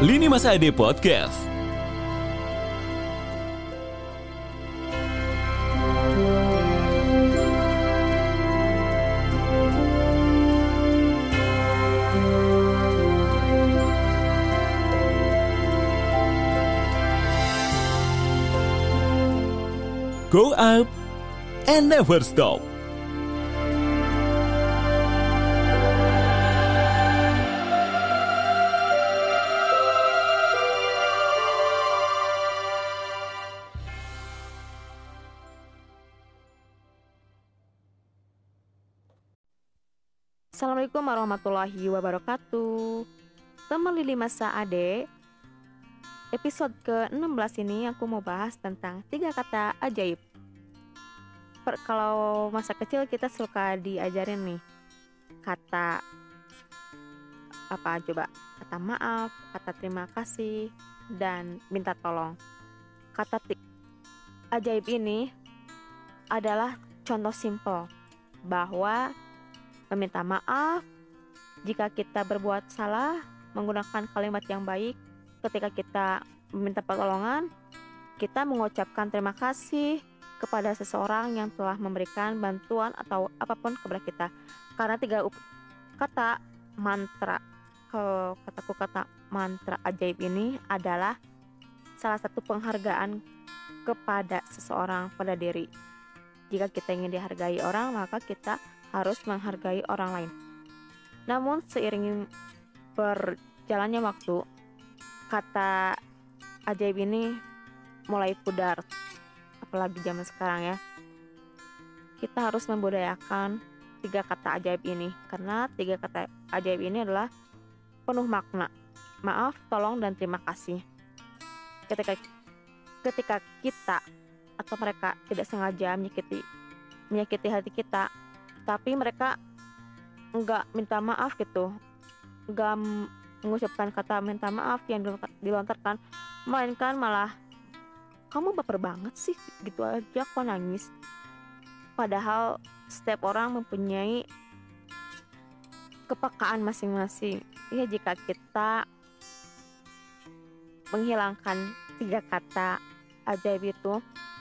Lini Masa Ade Podcast. Go up and never stop. Assalamualaikum warahmatullahi wabarakatuh. Teman Lini Masa Ade, episode ke-16 ini aku mau bahas tentang 3 kata ajaib. Kalau masa kecil kita suka diajarin nih kata apa coba? Kata maaf, kata terima kasih, dan minta tolong. Kata ajaib ini adalah contoh simpel bahwa meminta maaf jika kita berbuat salah, menggunakan kalimat yang baik ketika kita meminta pertolongan, kita mengucapkan terima kasih kepada seseorang yang telah memberikan bantuan atau apapun kepada kita. Karena 3 kata mantra, kalau kataku kata mantra ajaib ini adalah salah satu penghargaan kepada seseorang pada diri. Jika kita ingin dihargai orang, maka kita harus menghargai orang lain. Namun seiring berjalannya waktu, kata ajaib ini mulai pudar, apalagi zaman sekarang ya. Kita harus membudayakan 3 kata ajaib ini, karena 3 kata ajaib ini adalah penuh makna. Maaf, tolong, dan terima kasih. Ketika kita atau mereka tidak sengaja menyakiti hati kita, tapi mereka enggak minta maaf gitu, enggak mengucapkan kata minta maaf yang dilontarkan, melainkan malah kamu baper banget sih, gitu aja kok nangis. Padahal setiap orang mempunyai kepekaan masing-masing. Ya, jika kita menghilangkan 3 kata ajaib itu,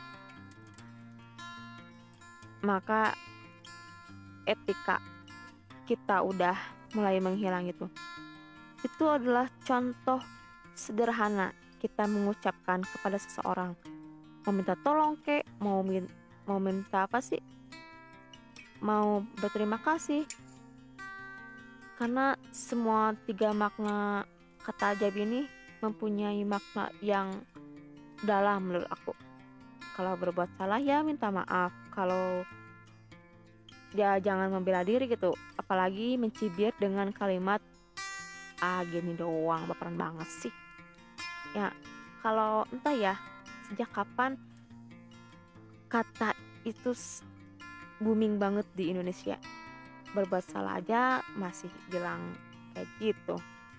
maka etika kita udah mulai menghilang itu. Itu adalah contoh sederhana kita mengucapkan kepada seseorang. Mau minta tolong kek, mau minta apa sih? Mau berterima kasih. Karena semua 3 makna kata ajaib ini mempunyai makna yang dalam menurut aku. Kalau berbuat salah ya minta maaf. Kalau ya jangan membela diri gitu, apalagi mencibir dengan kalimat gini doang, baperan banget sih. Ya, kalau entah ya sejak kapan kata itu booming banget di Indonesia. Berbuat salah aja masih bilang kayak gitu.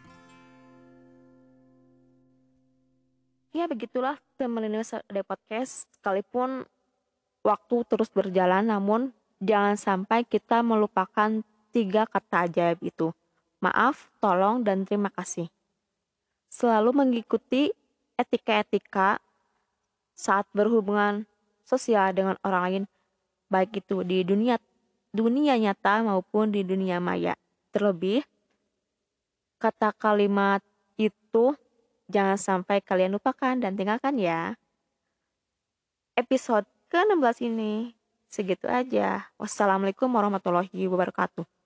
Ya begitulah teman Lini Masa Ade Podcast. Sekalipun waktu terus berjalan, namun jangan sampai kita melupakan 3 kata ajaib itu. Maaf, tolong, dan terima kasih. Selalu mengikuti etika-etika saat berhubungan sosial dengan orang lain, baik itu di dunia nyata maupun di dunia maya. Terlebih, kata kalimat itu jangan sampai kalian lupakan dan tinggalkan ya. Episode ke-16 ini segitu aja. Wassalamualaikum warahmatullahi wabarakatuh.